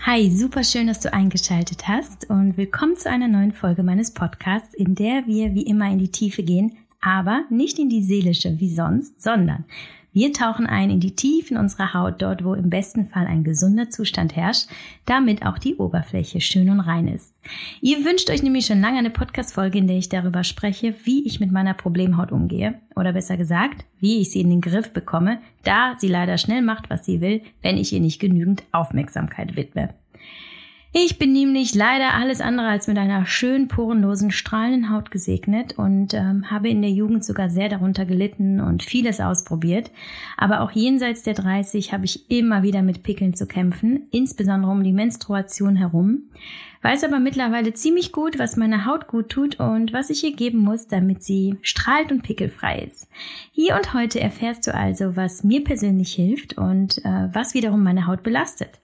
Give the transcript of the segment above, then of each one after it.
Hi, super schön, dass du eingeschaltet hast und willkommen zu einer neuen Folge meines Podcasts, in der wir wie immer in die Tiefe gehen, aber nicht in die seelische wie sonst, sondern wir tauchen ein in die Tiefen unserer Haut, dort wo im besten Fall ein gesunder Zustand herrscht, damit auch die Oberfläche schön und rein ist. Ihr wünscht euch nämlich schon lange eine Podcast-Folge, in der ich darüber spreche, wie ich mit meiner Problemhaut umgehe, oder besser gesagt, wie ich sie in den Griff bekomme, da sie leider schnell macht, was sie will, wenn ich ihr nicht genügend Aufmerksamkeit widme. Ich bin nämlich leider alles andere als mit einer schön porenlosen, strahlenden Haut gesegnet und habe in der Jugend sogar sehr darunter gelitten und vieles ausprobiert. Aber auch jenseits der 30 habe ich immer wieder mit Pickeln zu kämpfen, insbesondere um die Menstruation herum. Weiß aber mittlerweile ziemlich gut, was meiner Haut gut tut und was ich ihr geben muss, damit sie strahlt und pickelfrei ist. Hier und heute erfährst du also, was mir persönlich hilft und was wiederum meine Haut belastet.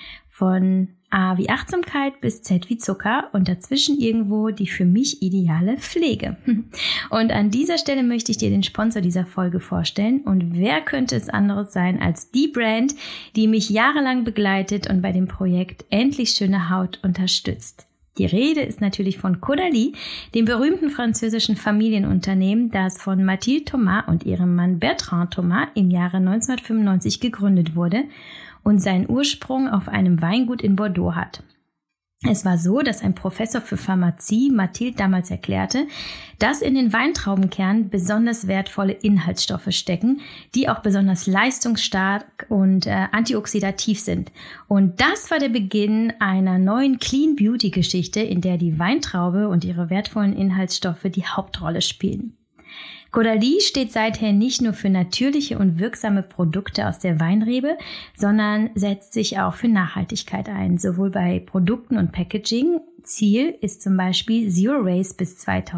Von A wie Achtsamkeit bis Z wie Zucker und dazwischen irgendwo die für mich ideale Pflege. Und an dieser Stelle möchte ich dir den Sponsor dieser Folge vorstellen. Und wer könnte es anderes sein als die Brand, die mich jahrelang begleitet und bei dem Projekt Endlich schöne Haut unterstützt. Die Rede ist natürlich von Caudalie, dem berühmten französischen Familienunternehmen, das von Mathilde Thomas und ihrem Mann Bertrand Thomas im Jahre 1995 gegründet wurde und seinen Ursprung auf einem Weingut in Bordeaux hat. Es war so, dass ein Professor für Pharmazie Mathilde damals erklärte, dass in den Weintraubenkernen besonders wertvolle Inhaltsstoffe stecken, die auch besonders leistungsstark und antioxidativ sind. Und das war der Beginn einer neuen Clean Beauty Geschichte, in der die Weintraube und ihre wertvollen Inhaltsstoffe die Hauptrolle spielen. Caudalie steht seither nicht nur für natürliche und wirksame Produkte aus der Weinrebe, sondern setzt sich auch für Nachhaltigkeit ein, sowohl bei Produkten und Packaging. Ziel ist zum Beispiel Zero Waste bis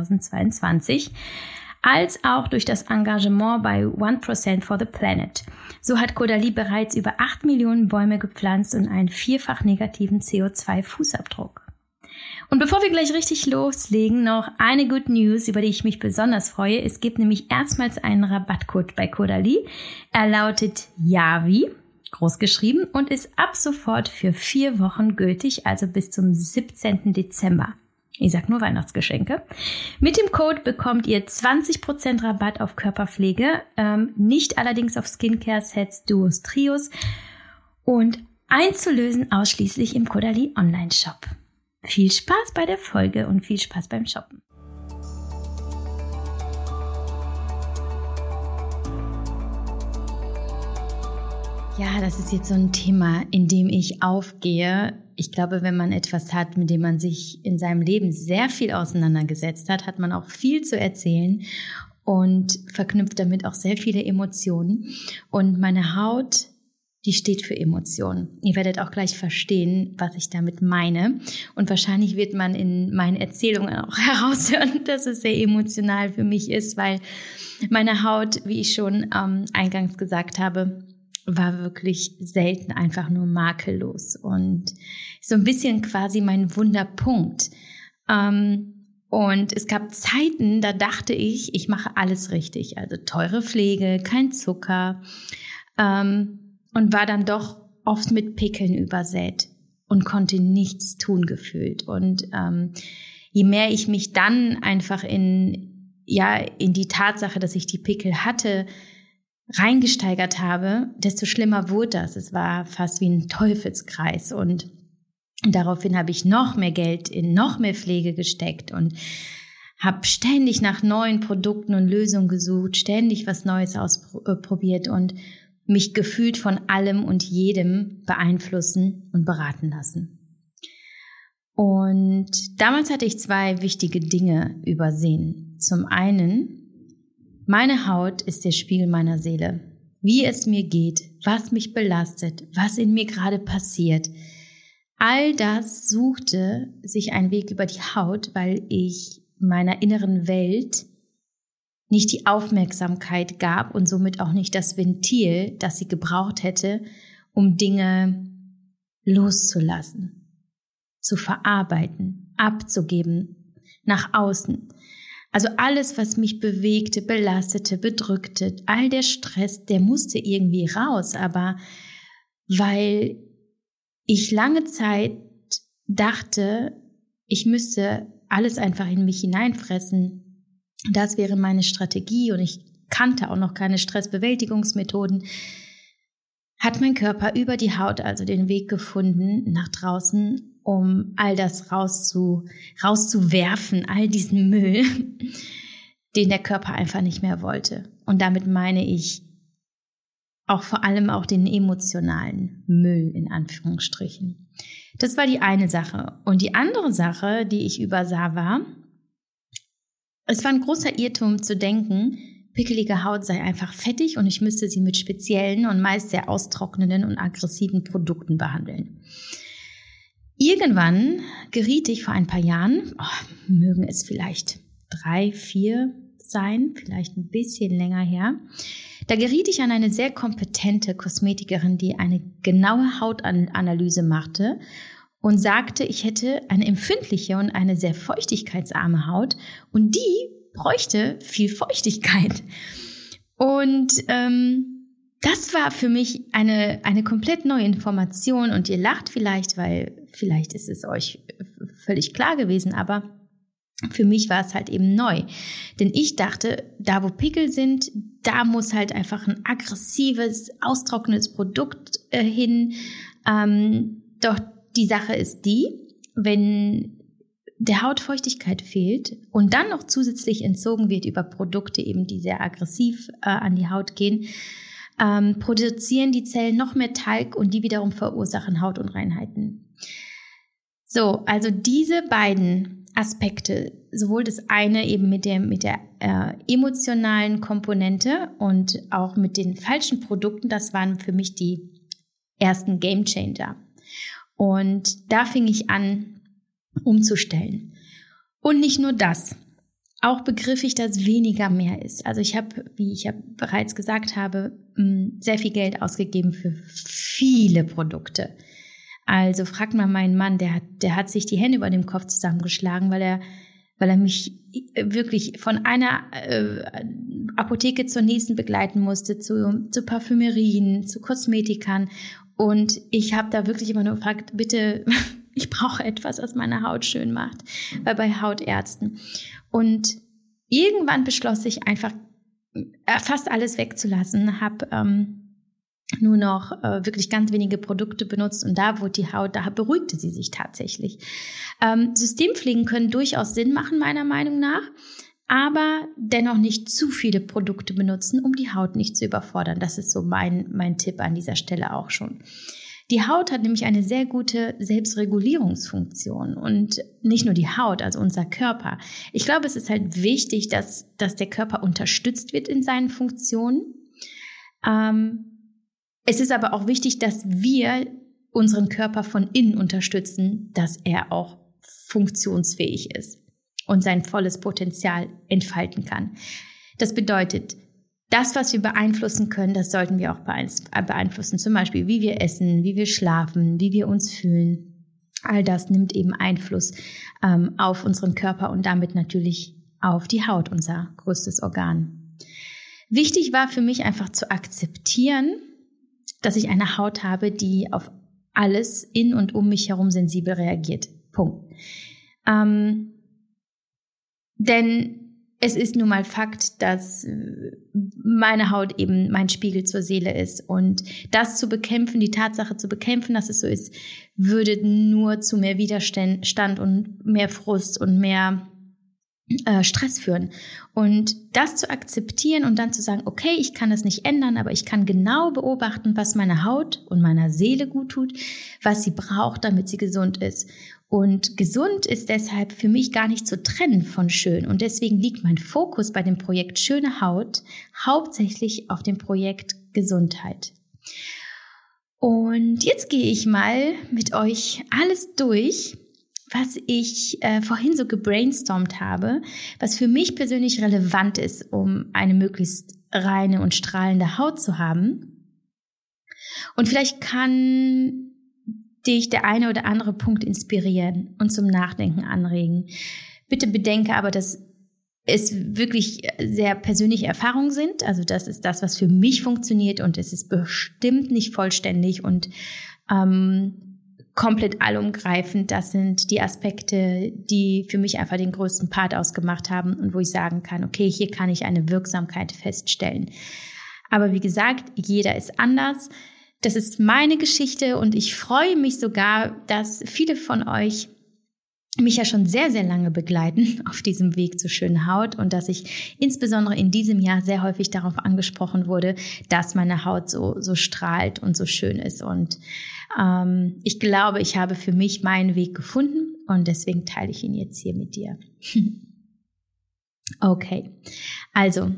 2022, als auch durch das Engagement bei 1% for the Planet. So hat Caudalie bereits über 8 Millionen Bäume gepflanzt und einen vierfach negativen CO2-Fußabdruck. Und bevor wir gleich richtig loslegen, noch eine Good News, über die ich mich besonders freue. Es gibt nämlich erstmals einen Rabattcode bei Caudalie. Er lautet YAVI, großgeschrieben, und ist ab sofort für 4 Wochen gültig, also bis zum 17. Dezember. Ich sag nur Weihnachtsgeschenke. Mit dem Code bekommt ihr 20% Rabatt auf Körperpflege, nicht allerdings auf Skincare-Sets, Duos, Trios und einzulösen ausschließlich im Caudalie Online-Shop. Viel Spaß bei der Folge und viel Spaß beim Shoppen. Ja, das ist jetzt so ein Thema, in dem ich aufgehe. Ich glaube, wenn man etwas hat, mit dem man sich in seinem Leben sehr viel auseinandergesetzt hat, hat man auch viel zu erzählen und verknüpft damit auch sehr viele Emotionen. Und meine Haut, die steht für Emotionen. Ihr werdet auch gleich verstehen, was ich damit meine. Und wahrscheinlich wird man in meinen Erzählungen auch heraushören, dass es sehr emotional für mich ist, weil meine Haut, wie ich schon eingangs gesagt habe, war wirklich selten einfach nur makellos. Und so ein bisschen quasi mein Wunderpunkt. Und es gab Zeiten, da dachte ich mache alles richtig. Also teure Pflege, kein Zucker, und war dann doch oft mit Pickeln übersät und konnte nichts tun gefühlt. Und je mehr ich mich dann einfach in die Tatsache, dass ich die Pickel hatte, reingesteigert habe, desto schlimmer wurde das. Es war fast wie ein Teufelskreis. Und daraufhin habe ich noch mehr Geld in noch mehr Pflege gesteckt und habe ständig nach neuen Produkten und Lösungen gesucht, ständig was Neues ausprobiert und mich gefühlt von allem und jedem beeinflussen und beraten lassen. Und damals hatte ich 2 wichtige Dinge übersehen. Zum einen, meine Haut ist der Spiegel meiner Seele. Wie es mir geht, was mich belastet, was in mir gerade passiert. All das suchte sich einen Weg über die Haut, weil ich meiner inneren Welt nicht die Aufmerksamkeit gab und somit auch nicht das Ventil, das sie gebraucht hätte, um Dinge loszulassen, zu verarbeiten, abzugeben, nach außen. Also alles, was mich bewegte, belastete, bedrückte, all der Stress, der musste irgendwie raus, aber weil ich lange Zeit dachte, ich müsste alles einfach in mich hineinfressen. Das wäre meine Strategie und ich kannte auch noch keine Stressbewältigungsmethoden. Hat mein Körper über die Haut also den Weg gefunden nach draußen, um all das rauszuwerfen, all diesen Müll, den der Körper einfach nicht mehr wollte. Und damit meine ich auch vor allem auch den emotionalen Müll in Anführungsstrichen. Das war die eine Sache. Und die andere Sache, die ich übersah, war, es war ein großer Irrtum zu denken, pickelige Haut sei einfach fettig und ich müsste sie mit speziellen und meist sehr austrocknenden und aggressiven Produkten behandeln. Irgendwann geriet ich vor ein paar Jahren, mögen es vielleicht 3, 4 sein, vielleicht ein bisschen länger her, da geriet ich an eine sehr kompetente Kosmetikerin, die eine genaue Hautanalyse machte und sagte, ich hätte eine empfindliche und eine sehr feuchtigkeitsarme Haut und die bräuchte viel Feuchtigkeit. Und das war für mich eine komplett neue Information und ihr lacht vielleicht, weil vielleicht ist es euch völlig klar gewesen, aber für mich war es halt eben neu. Denn ich dachte, da wo Pickel sind, da muss halt einfach ein aggressives, austrocknendes Produkt hin. Doch die Sache ist die, wenn der Haut Feuchtigkeit fehlt und dann noch zusätzlich entzogen wird über Produkte eben, die sehr aggressiv an die Haut gehen, produzieren die Zellen noch mehr Talg und die wiederum verursachen Hautunreinheiten. So, also diese beiden Aspekte, sowohl das eine eben mit der emotionalen Komponente und auch mit den falschen Produkten, das waren für mich die ersten Gamechanger. Und da fing ich an, umzustellen. Und nicht nur das, auch begriff ich, dass weniger mehr ist. Also ich habe, wie ich ja bereits gesagt habe, sehr viel Geld ausgegeben für viele Produkte. Also fragt mal meinen Mann, der hat sich die Hände über dem Kopf zusammengeschlagen, weil er mich wirklich von einer Apotheke zur nächsten begleiten musste, zu Parfümerien, zu Kosmetikern. Und ich habe da wirklich immer nur gefragt, bitte, ich brauche etwas, was meine Haut schön macht, bei Hautärzten. Und irgendwann beschloss ich einfach, fast alles wegzulassen, habe nur noch wirklich ganz wenige Produkte benutzt und da beruhigte sie sich tatsächlich. Systempflegen können durchaus Sinn machen, meiner Meinung nach, aber dennoch nicht zu viele Produkte benutzen, um die Haut nicht zu überfordern. Das ist so mein Tipp an dieser Stelle auch schon. Die Haut hat nämlich eine sehr gute Selbstregulierungsfunktion und nicht nur die Haut, also unser Körper. Ich glaube, es ist halt wichtig, dass der Körper unterstützt wird in seinen Funktionen. Es ist aber auch wichtig, dass wir unseren Körper von innen unterstützen, dass er auch funktionsfähig ist und sein volles Potenzial entfalten kann. Das bedeutet, das, was wir beeinflussen können, das sollten wir auch beeinflussen. Zum Beispiel, wie wir essen, wie wir schlafen, wie wir uns fühlen. All das nimmt eben Einfluss auf unseren Körper und damit natürlich auf die Haut, unser größtes Organ. Wichtig war für mich einfach zu akzeptieren, dass ich eine Haut habe, die auf alles in und um mich herum sensibel reagiert. Punkt. Denn es ist nun mal Fakt, dass meine Haut eben mein Spiegel zur Seele ist. Und das zu bekämpfen, die Tatsache zu bekämpfen, dass es so ist, würde nur zu mehr Widerstand und mehr Frust und mehr Stress führen. Und das zu akzeptieren und dann zu sagen, okay, ich kann das nicht ändern, aber ich kann genau beobachten, was meiner Haut und meiner Seele gut tut, was sie braucht, damit sie gesund ist. Und gesund ist deshalb für mich gar nicht zu trennen von schön. Und deswegen liegt mein Fokus bei dem Projekt Schöne Haut hauptsächlich auf dem Projekt Gesundheit. Und jetzt gehe ich mal mit euch alles durch, was ich vorhin so gebrainstormt habe, was für mich persönlich relevant ist, um eine möglichst reine und strahlende Haut zu haben. Und vielleicht kann dich der eine oder andere Punkt inspirieren und zum Nachdenken anregen. Bitte bedenke aber, dass es wirklich sehr persönliche Erfahrungen sind. Also das ist das, was für mich funktioniert und es ist bestimmt nicht vollständig und komplett allumgreifend. Das sind die Aspekte, die für mich einfach den größten Part ausgemacht haben und wo ich sagen kann, okay, hier kann ich eine Wirksamkeit feststellen. Aber wie gesagt, jeder ist anders. Das ist meine Geschichte und ich freue mich sogar, dass viele von euch mich ja schon sehr, sehr lange begleiten auf diesem Weg zur schönen Haut und dass ich insbesondere in diesem Jahr sehr häufig darauf angesprochen wurde, dass meine Haut so strahlt und so schön ist. Und ich glaube, ich habe für mich meinen Weg gefunden und deswegen teile ich ihn jetzt hier mit dir. Okay, also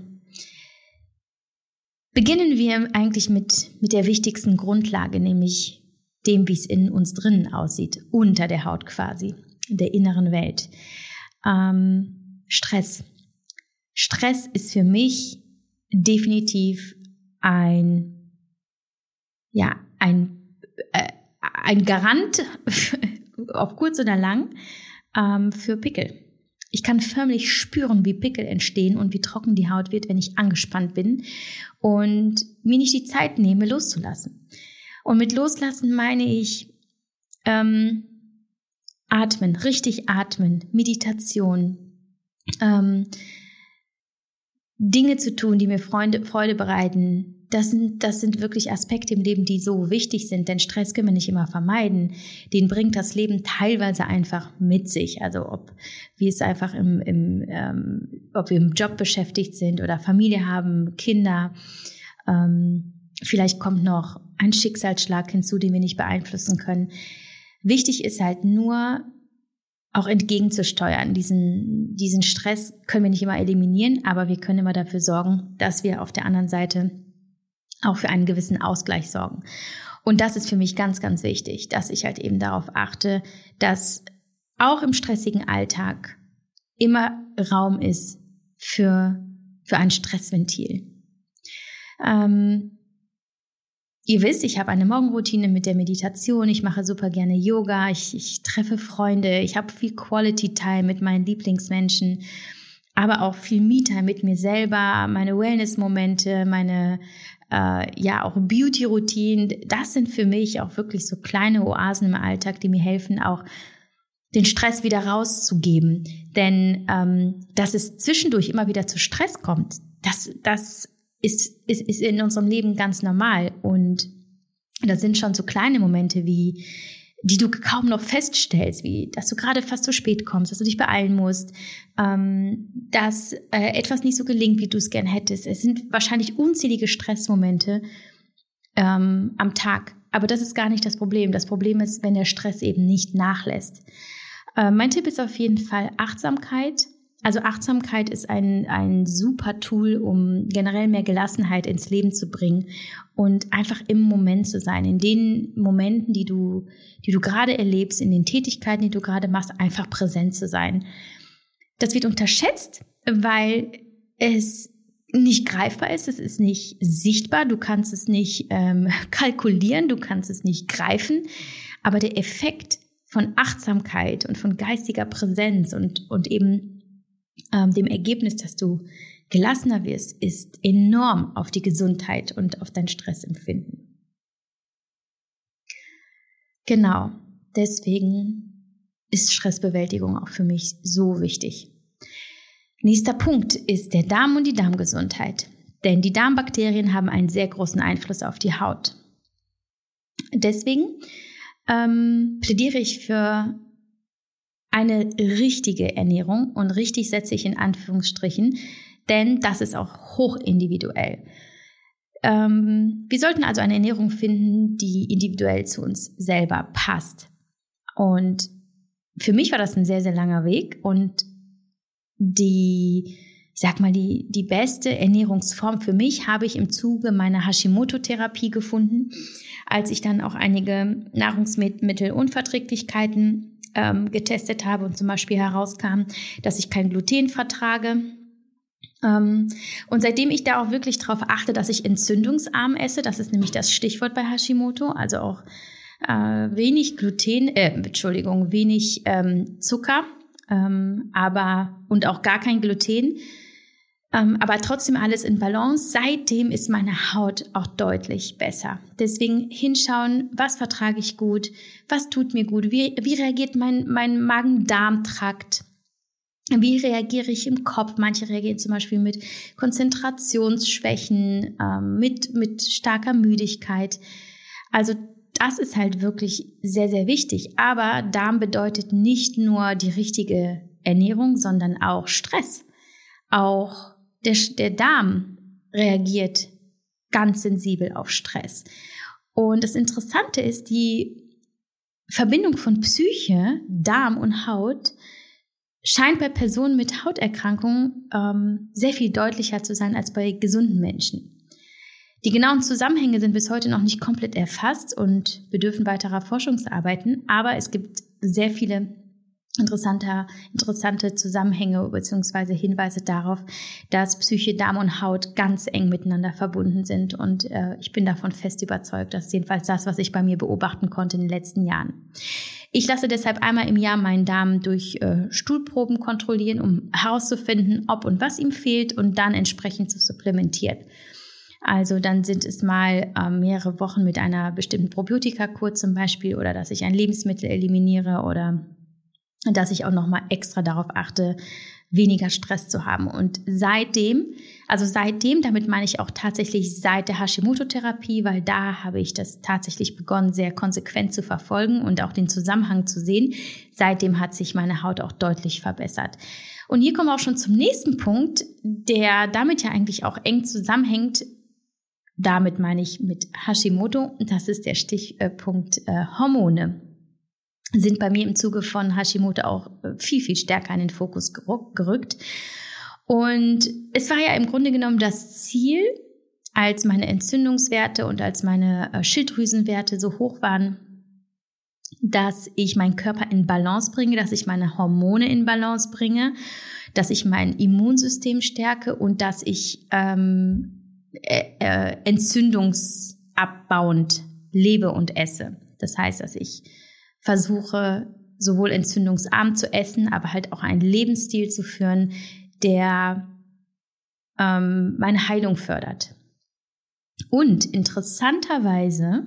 beginnen wir eigentlich mit der wichtigsten Grundlage, nämlich dem, wie es in uns drinnen aussieht, unter der Haut quasi, in der inneren Welt. Stress. Stress ist für mich definitiv ein Garant auf kurz oder lang für Pickel. Ich kann förmlich spüren, wie Pickel entstehen und wie trocken die Haut wird, wenn ich angespannt bin und mir nicht die Zeit nehme, loszulassen. Und mit loslassen meine ich atmen, richtig atmen, Meditation, Dinge zu tun, die mir Freude bereiten. Das sind wirklich Aspekte im Leben, die so wichtig sind, denn Stress können wir nicht immer vermeiden. Den bringt das Leben teilweise einfach mit sich. Also ob wir es einfach ob wir im Job beschäftigt sind oder Familie haben, Kinder. Vielleicht kommt noch ein Schicksalsschlag hinzu, den wir nicht beeinflussen können. Wichtig ist halt nur, auch entgegenzusteuern. Diesen Stress können wir nicht immer eliminieren, aber wir können immer dafür sorgen, dass wir auf der anderen Seite auch für einen gewissen Ausgleich sorgen. Und das ist für mich ganz, ganz wichtig, dass ich halt eben darauf achte, dass auch im stressigen Alltag immer Raum ist für ein Stressventil. Ihr wisst, ich habe eine Morgenroutine mit der Meditation, ich mache super gerne Yoga, ich treffe Freunde, ich habe viel Quality Time mit meinen Lieblingsmenschen, aber auch viel Me-Time mit mir selber, meine Wellness-Momente, meine auch Beauty-Routinen. Das sind für mich auch wirklich so kleine Oasen im Alltag, die mir helfen, auch den Stress wieder rauszugeben. Denn dass es zwischendurch immer wieder zu Stress kommt, das ist in unserem Leben ganz normal. Und das sind schon so kleine Momente, die du kaum noch feststellst, wie dass du gerade fast zu spät kommst, dass du dich beeilen musst, dass etwas nicht so gelingt, wie du es gern hättest. Es sind wahrscheinlich unzählige Stressmomente am Tag. Aber das ist gar nicht das Problem. Das Problem ist, wenn der Stress eben nicht nachlässt. Mein Tipp ist auf jeden Fall Achtsamkeit. Also Achtsamkeit ist ein super Tool, um generell mehr Gelassenheit ins Leben zu bringen und einfach im Moment zu sein. In den Momenten, die du gerade erlebst, in den Tätigkeiten, die du gerade machst, einfach präsent zu sein. Das wird unterschätzt, weil es nicht greifbar ist, es ist nicht sichtbar, du kannst es nicht kalkulieren, du kannst es nicht greifen, aber der Effekt von Achtsamkeit und von geistiger Präsenz und eben dem Ergebnis, dass du gelassener wirst, ist enorm auf die Gesundheit und auf dein Stressempfinden. Genau, deswegen ist Stressbewältigung auch für mich so wichtig. Nächster Punkt ist der Darm und die Darmgesundheit. Denn die Darmbakterien haben einen sehr großen Einfluss auf die Haut. Deswegen plädiere ich für eine richtige Ernährung und richtig setze ich in Anführungsstrichen, denn das ist auch hochindividuell. Wir sollten also eine Ernährung finden, die individuell zu uns selber passt. Und für mich war das ein sehr, sehr langer Weg und die beste Ernährungsform für mich habe ich im Zuge meiner Hashimoto-Therapie gefunden, als ich dann auch einige Nahrungsmittelunverträglichkeiten getestet habe und zum Beispiel herauskam, dass ich kein Gluten vertrage. Und seitdem ich da auch wirklich darauf achte, dass ich entzündungsarm esse, das ist nämlich das Stichwort bei Hashimoto, also auch wenig Zucker, und auch gar kein Gluten, Aber trotzdem alles in Balance. Seitdem ist meine Haut auch deutlich besser. Deswegen hinschauen, was vertrage ich gut, was tut mir gut, wie reagiert mein Magen-Darm-Trakt, wie reagiere ich im Kopf. Manche reagieren zum Beispiel mit Konzentrationsschwächen, mit starker Müdigkeit. Also das ist halt wirklich sehr, sehr wichtig. Aber Darm bedeutet nicht nur die richtige Ernährung, sondern auch Stress. Auch der Darm reagiert ganz sensibel auf Stress. Und das Interessante ist, die Verbindung von Psyche, Darm und Haut scheint bei Personen mit Hauterkrankungen sehr viel deutlicher zu sein als bei gesunden Menschen. Die genauen Zusammenhänge sind bis heute noch nicht komplett erfasst und bedürfen weiterer Forschungsarbeiten, aber es gibt sehr viele interessante Zusammenhänge bzw. Hinweise darauf, dass Psyche, Darm und Haut ganz eng miteinander verbunden sind. Und ich bin davon fest überzeugt. Das ist jedenfalls das, was ich bei mir beobachten konnte in den letzten Jahren. Ich lasse deshalb einmal im Jahr meinen Darm durch Stuhlproben kontrollieren, um herauszufinden, ob und was ihm fehlt und dann entsprechend zu supplementieren. Also dann sind es mal mehrere Wochen mit einer bestimmten Probiotika-Kur zum Beispiel oder dass ich ein Lebensmittel eliminiere oder dass ich auch nochmal extra darauf achte, weniger Stress zu haben. Und seitdem, damit meine ich auch tatsächlich seit der Hashimoto-Therapie, weil da habe ich das tatsächlich begonnen, sehr konsequent zu verfolgen und auch den Zusammenhang zu sehen. Seitdem hat sich meine Haut auch deutlich verbessert. Und hier kommen wir auch schon zum nächsten Punkt, der damit ja eigentlich auch eng zusammenhängt. Damit meine ich mit Hashimoto, das ist der Stichpunkt Hormone. Sind bei mir im Zuge von Hashimoto auch viel, viel stärker in den Fokus gerückt. Und es war ja im Grunde genommen das Ziel, als meine Entzündungswerte und als meine Schilddrüsenwerte so hoch waren, dass ich meinen Körper in Balance bringe, dass ich meine Hormone in Balance bringe, dass ich mein Immunsystem stärke und dass ich entzündungsabbauend lebe und esse. Das heißt, dass ich versuche, sowohl entzündungsarm zu essen, aber halt auch einen Lebensstil zu führen, der meine Heilung fördert. Und interessanterweise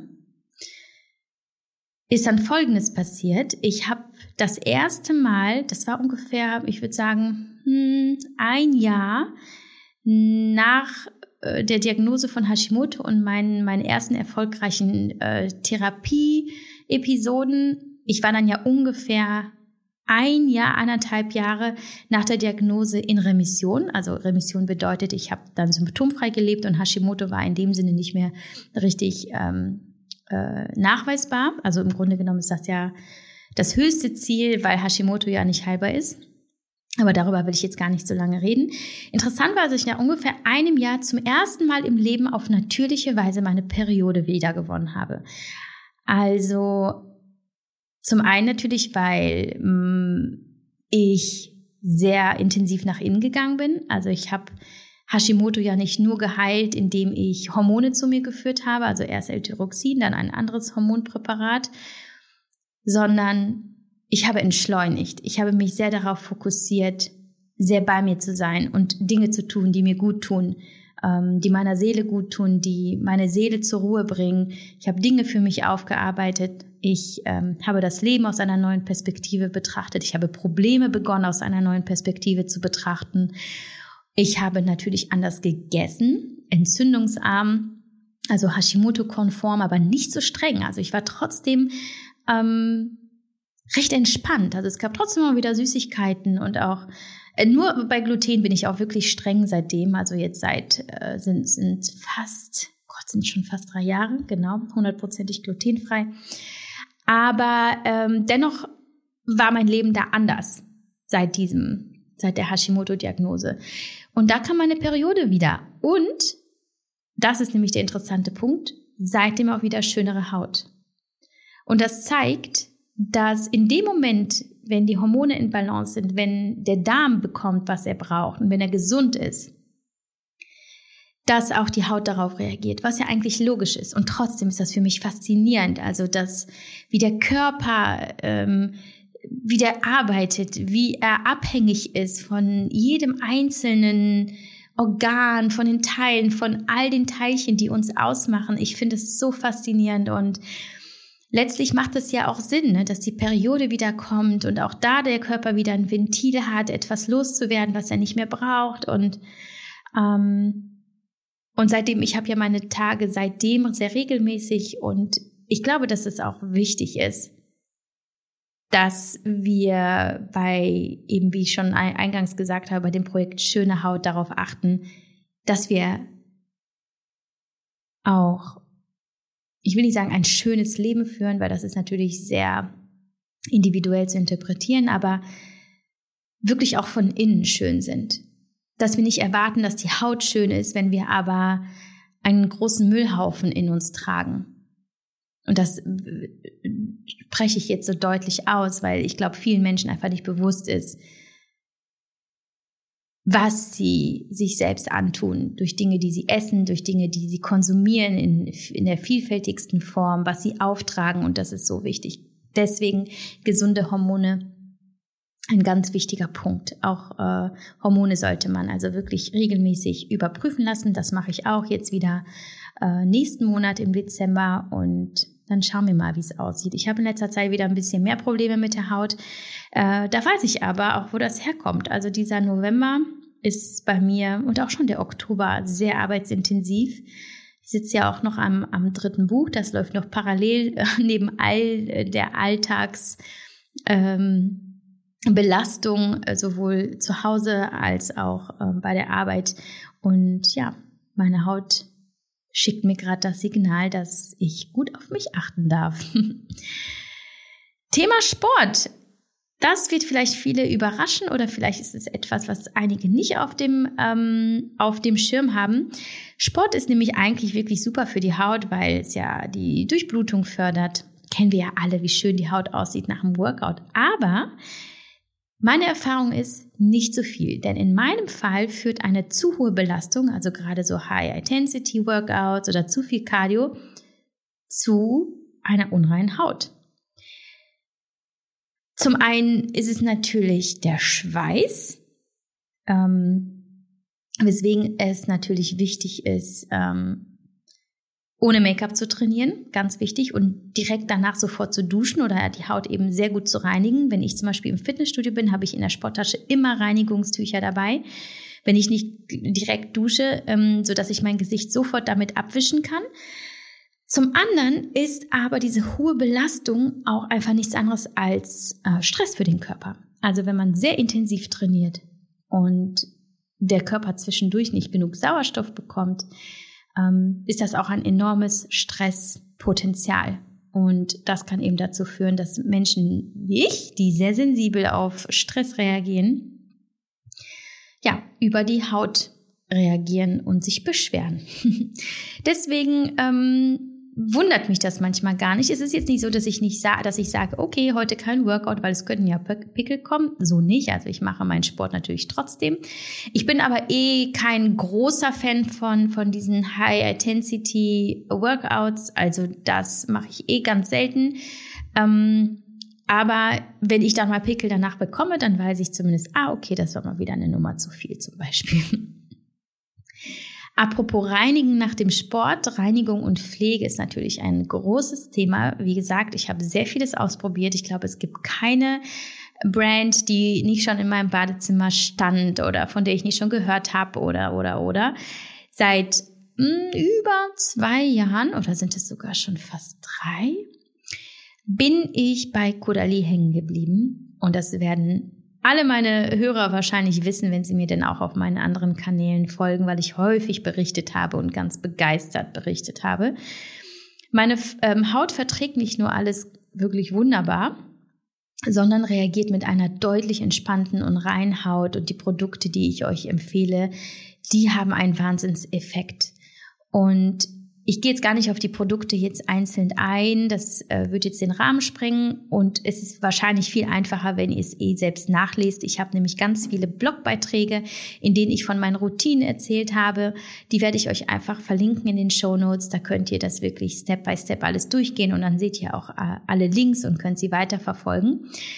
ist dann Folgendes passiert. Ich habe das erste Mal, das war ungefähr, ich würde sagen, ein Jahr nach der Diagnose von Hashimoto und meinen ersten erfolgreichen Therapie-Episoden. Ich war dann ja ungefähr 1,5 Jahre nach der Diagnose in Remission. Also Remission bedeutet, ich habe dann symptomfrei gelebt und Hashimoto war in dem Sinne nicht mehr richtig nachweisbar. Also im Grunde genommen ist das ja das höchste Ziel, weil Hashimoto ja nicht heilbar ist. Aber darüber will ich jetzt gar nicht so lange reden. Interessant war, dass ich nach ungefähr einem Jahr zum ersten Mal im Leben auf natürliche Weise meine Periode wiedergewonnen habe. Also zum einen natürlich, weil ich sehr intensiv nach innen gegangen bin. Also ich habe Hashimoto ja nicht nur geheilt, indem ich Hormone zu mir geführt habe, also erst L-Tyroxin, dann ein anderes Hormonpräparat, sondern ich habe entschleunigt. Ich habe mich sehr darauf fokussiert, sehr bei mir zu sein und Dinge zu tun, die mir gut tun, die meiner Seele gut tun, die meine Seele zur Ruhe bringen. Ich habe Dinge für mich aufgearbeitet. Ich habe das Leben aus einer neuen Perspektive betrachtet. Ich habe Probleme begonnen, aus einer neuen Perspektive zu betrachten. Ich habe natürlich anders gegessen, entzündungsarm, also Hashimoto-konform, aber nicht so streng. Also ich war trotzdem recht entspannt. Also es gab trotzdem immer wieder Süßigkeiten und auch nur bei Gluten bin ich auch wirklich streng seitdem. Also jetzt sind schon fast 3 Jahre, genau, 100%ig glutenfrei. Aber dennoch war mein Leben da anders seit der Hashimoto-Diagnose. Und da kam meine Periode wieder. Und, das ist nämlich der interessante Punkt, seitdem auch wieder schönere Haut. Und das zeigt, dass in dem Moment, wenn die Hormone in Balance sind, wenn der Darm bekommt, was er braucht und wenn er gesund ist, dass auch die Haut darauf reagiert, was ja eigentlich logisch ist. Und trotzdem ist das für mich faszinierend, also wie der Körper, wie der arbeitet, wie er abhängig ist von jedem einzelnen Organen, von den Teilen, von all den Teilchen, die uns ausmachen. Ich finde es so faszinierend und letztlich macht es ja auch Sinn, ne, dass die Periode wieder kommt und auch da der Körper wieder ein Ventil hat, etwas loszuwerden, was er nicht mehr braucht. Und seitdem, ich habe ja meine Tage seitdem sehr regelmäßig und ich glaube, dass es auch wichtig ist, dass wir bei, eben wie ich schon eingangs gesagt habe, bei dem Projekt Schöne Haut darauf achten, dass wir auch, ich will nicht sagen, ein schönes Leben führen, weil das ist natürlich sehr individuell zu interpretieren, aber wirklich auch von innen schön sind. Dass wir nicht erwarten, dass die Haut schön ist, wenn wir aber einen großen Müllhaufen in uns tragen. Und das spreche ich jetzt so deutlich aus, weil ich glaube, vielen Menschen einfach nicht bewusst ist, was sie sich selbst antun, durch Dinge, die sie essen, durch Dinge, die sie konsumieren in der vielfältigsten Form, was sie auftragen, und das ist so wichtig. Deswegen gesunde Hormone, ein ganz wichtiger Punkt. Auch Hormone sollte man also wirklich regelmäßig überprüfen lassen. Das mache ich auch jetzt wieder nächsten Monat im Dezember und dann schauen wir mal, wie es aussieht. Ich habe in letzter Zeit wieder ein bisschen mehr Probleme mit der Haut. Da weiß ich aber auch, wo das herkommt. Also dieser November ist bei mir und auch schon der Oktober sehr arbeitsintensiv. Ich sitze ja auch noch am 3. Buch. Das läuft noch parallel neben all der Alltagsbelastung, sowohl zu Hause als auch bei der Arbeit. Und ja, meine Haut schickt mir gerade das Signal, dass ich gut auf mich achten darf. Thema Sport. Das wird vielleicht viele überraschen oder vielleicht ist es etwas, was einige nicht auf dem Schirm haben. Sport ist nämlich eigentlich wirklich super für die Haut, weil es ja die Durchblutung fördert. Kennen wir ja alle, wie schön die Haut aussieht nach dem Workout. Aber meine Erfahrung ist nicht so viel, denn in meinem Fall führt eine zu hohe Belastung, also gerade so High-Intensity-Workouts oder zu viel Cardio, zu einer unreinen Haut. Zum einen ist es natürlich der Schweiß, weswegen es natürlich wichtig ist, ohne Make-up zu trainieren, ganz wichtig, und direkt danach sofort zu duschen oder die Haut eben sehr gut zu reinigen. Wenn ich zum Beispiel im Fitnessstudio bin, habe ich in der Sporttasche immer Reinigungstücher dabei, wenn ich nicht direkt dusche, sodass ich mein Gesicht sofort damit abwischen kann. Zum anderen ist aber diese hohe Belastung auch einfach nichts anderes als Stress für den Körper. Also wenn man sehr intensiv trainiert und der Körper zwischendurch nicht genug Sauerstoff bekommt, ist das auch ein enormes Stresspotenzial. Und das kann eben dazu führen, dass Menschen wie ich, die sehr sensibel auf Stress reagieren, ja, über die Haut reagieren und sich beschweren. Deswegen wundert mich das manchmal gar nicht. Es ist jetzt nicht so, dass ich sage, okay, heute kein Workout, weil es könnten ja Pickel kommen. So nicht. Also ich mache meinen Sport natürlich trotzdem. Ich bin aber kein großer Fan von diesen High-Intensity-Workouts. Also das mache ich ganz selten. Aber wenn ich dann mal Pickel danach bekomme, dann weiß ich zumindest, okay, das war mal wieder eine Nummer zu viel zum Beispiel. Apropos Reinigen nach dem Sport, Reinigung und Pflege ist natürlich ein großes Thema. Wie gesagt, ich habe sehr vieles ausprobiert. Ich glaube, es gibt keine Brand, die nicht schon in meinem Badezimmer stand oder von der ich nicht schon gehört habe oder. Seit über 2 Jahren, oder sind es sogar schon fast 3, bin ich bei Caudalie hängen geblieben. Und das werden alle meine Hörer wahrscheinlich wissen, wenn sie mir denn auch auf meinen anderen Kanälen folgen, weil ich häufig berichtet habe und ganz begeistert berichtet habe. Meine Haut verträgt nicht nur alles wirklich wunderbar, sondern reagiert mit einer deutlich entspannten und reinen Haut. Und die Produkte, die ich euch empfehle, die haben einen Wahnsinnseffekt. Und ich gehe jetzt gar nicht auf die Produkte jetzt einzeln ein, das wird jetzt den Rahmen sprengen und es ist wahrscheinlich viel einfacher, wenn ihr es selbst nachlest. Ich habe nämlich ganz viele Blogbeiträge, in denen ich von meinen Routinen erzählt habe. Die werde ich euch einfach verlinken in den Shownotes. Da könnt ihr das wirklich Step by Step alles durchgehen und dann seht ihr auch alle Links und könnt sie weiterverfolgen.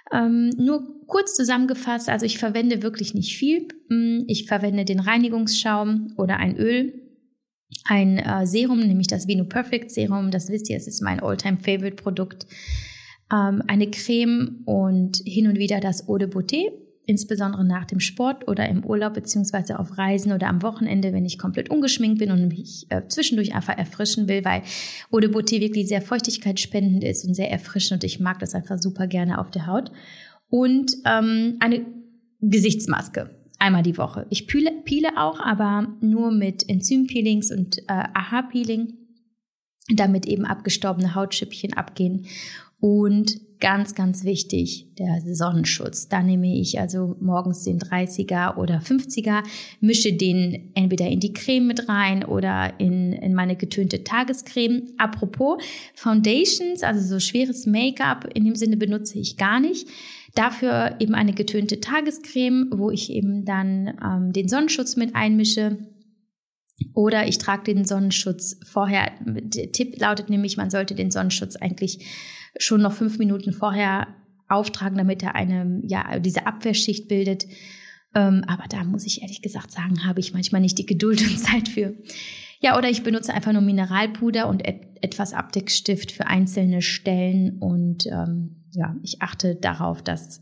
Nur kurz zusammengefasst, also ich verwende wirklich nicht viel. Ich verwende den Reinigungsschaum oder ein Öl, ein Serum, nämlich das Vino Perfect Serum. Das wisst ihr, es ist mein All-Time-Favorite-Produkt. Eine Creme und hin und wieder das Eau de Beauté, insbesondere nach dem Sport oder im Urlaub beziehungsweise auf Reisen oder am Wochenende, wenn ich komplett ungeschminkt bin und mich zwischendurch einfach erfrischen will, weil Eau de Beauté wirklich sehr feuchtigkeitsspendend ist und sehr erfrischend und ich mag das einfach super gerne auf der Haut. Und eine Gesichtsmaske, einmal die Woche. Ich peele auch, aber nur mit Enzympeelings und AHA-Peeling, damit eben abgestorbene Hautschüppchen abgehen. Und ganz, ganz wichtig, der Sonnenschutz. Da nehme ich also morgens den 30er oder 50er, mische den entweder in die Creme mit rein oder in meine getönte Tagescreme. Apropos Foundations, also so schweres Make-up, in dem Sinne benutze ich gar nicht. Dafür eben eine getönte Tagescreme, wo ich eben dann den Sonnenschutz mit einmische. Oder ich trage den Sonnenschutz vorher. Der Tipp lautet nämlich, man sollte den Sonnenschutz eigentlich schon noch 5 Minuten vorher auftragen, damit er diese Abwehrschicht bildet. Aber da muss ich ehrlich gesagt sagen, habe ich manchmal nicht die Geduld und Zeit für. Ja, oder ich benutze einfach nur Mineralpuder und etwas Abdeckstift für einzelne Stellen. Und ich achte darauf, dass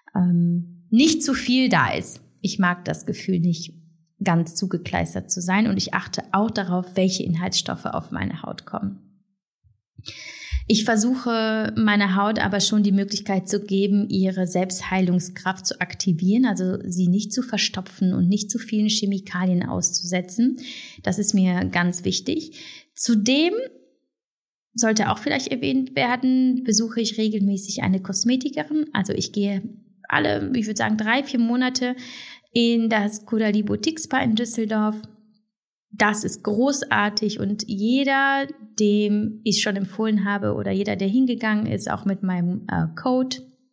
nicht zu viel da ist. Ich mag das Gefühl nicht, ganz zugekleistert zu sein. Und ich achte auch darauf, welche Inhaltsstoffe auf meine Haut kommen. Ich versuche meiner Haut aber schon die Möglichkeit zu geben, ihre Selbstheilungskraft zu aktivieren, also sie nicht zu verstopfen und nicht zu vielen Chemikalien auszusetzen. Das ist mir ganz wichtig. Zudem sollte auch vielleicht erwähnt werden, besuche ich regelmäßig eine Kosmetikerin. Also ich gehe alle, ich würde sagen 3-4 Monate in das Caudalie Boutique Spa in Düsseldorf. Das ist großartig und jeder, dem ich schon empfohlen habe oder jeder, der hingegangen ist, auch mit meinem Code,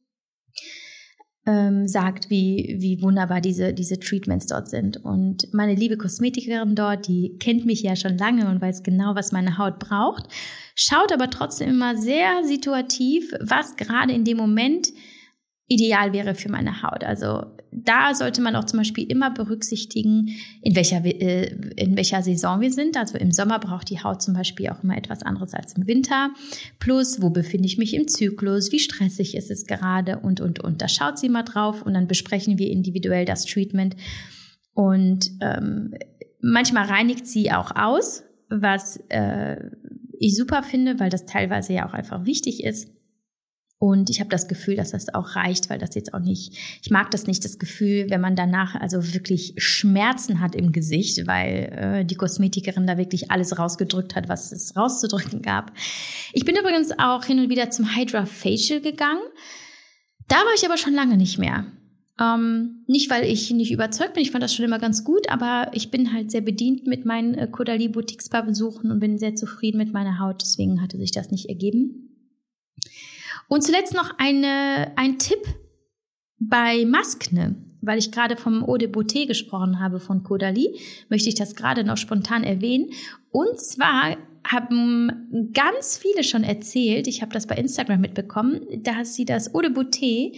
sagt, wie wunderbar diese Treatments dort sind. Und meine liebe Kosmetikerin dort, die kennt mich ja schon lange und weiß genau, was meine Haut braucht, schaut aber trotzdem immer sehr situativ, was gerade in dem Moment ideal wäre für meine Haut. Also da sollte man auch zum Beispiel immer berücksichtigen, in welcher Saison wir sind. Also im Sommer braucht die Haut zum Beispiel auch immer etwas anderes als im Winter. Plus, wo befinde ich mich im Zyklus? Wie stressig ist es gerade? Und. Da schaut sie mal drauf und dann besprechen wir individuell das Treatment. Und manchmal reinigt sie auch aus, was ich super finde, weil das teilweise ja auch einfach wichtig ist. Und ich habe das Gefühl, dass das auch reicht, weil das jetzt auch nicht, ich mag das nicht, das Gefühl, wenn man danach also wirklich Schmerzen hat im Gesicht, weil die Kosmetikerin da wirklich alles rausgedrückt hat, was es rauszudrücken gab. Ich bin übrigens auch hin und wieder zum Hydra Facial gegangen. Da war ich aber schon lange nicht mehr. Nicht, weil ich nicht überzeugt bin, ich fand das schon immer ganz gut, aber ich bin halt sehr bedient mit meinen Caudalie Boutique Spa Besuchen und bin sehr zufrieden mit meiner Haut, deswegen hatte sich das nicht ergeben. Und zuletzt noch ein Tipp bei Maskne, weil ich gerade vom Eau de Beauté gesprochen habe von Caudalie, möchte ich das gerade noch spontan erwähnen. Und zwar haben ganz viele schon erzählt, ich habe das bei Instagram mitbekommen, dass sie das Eau de Beauté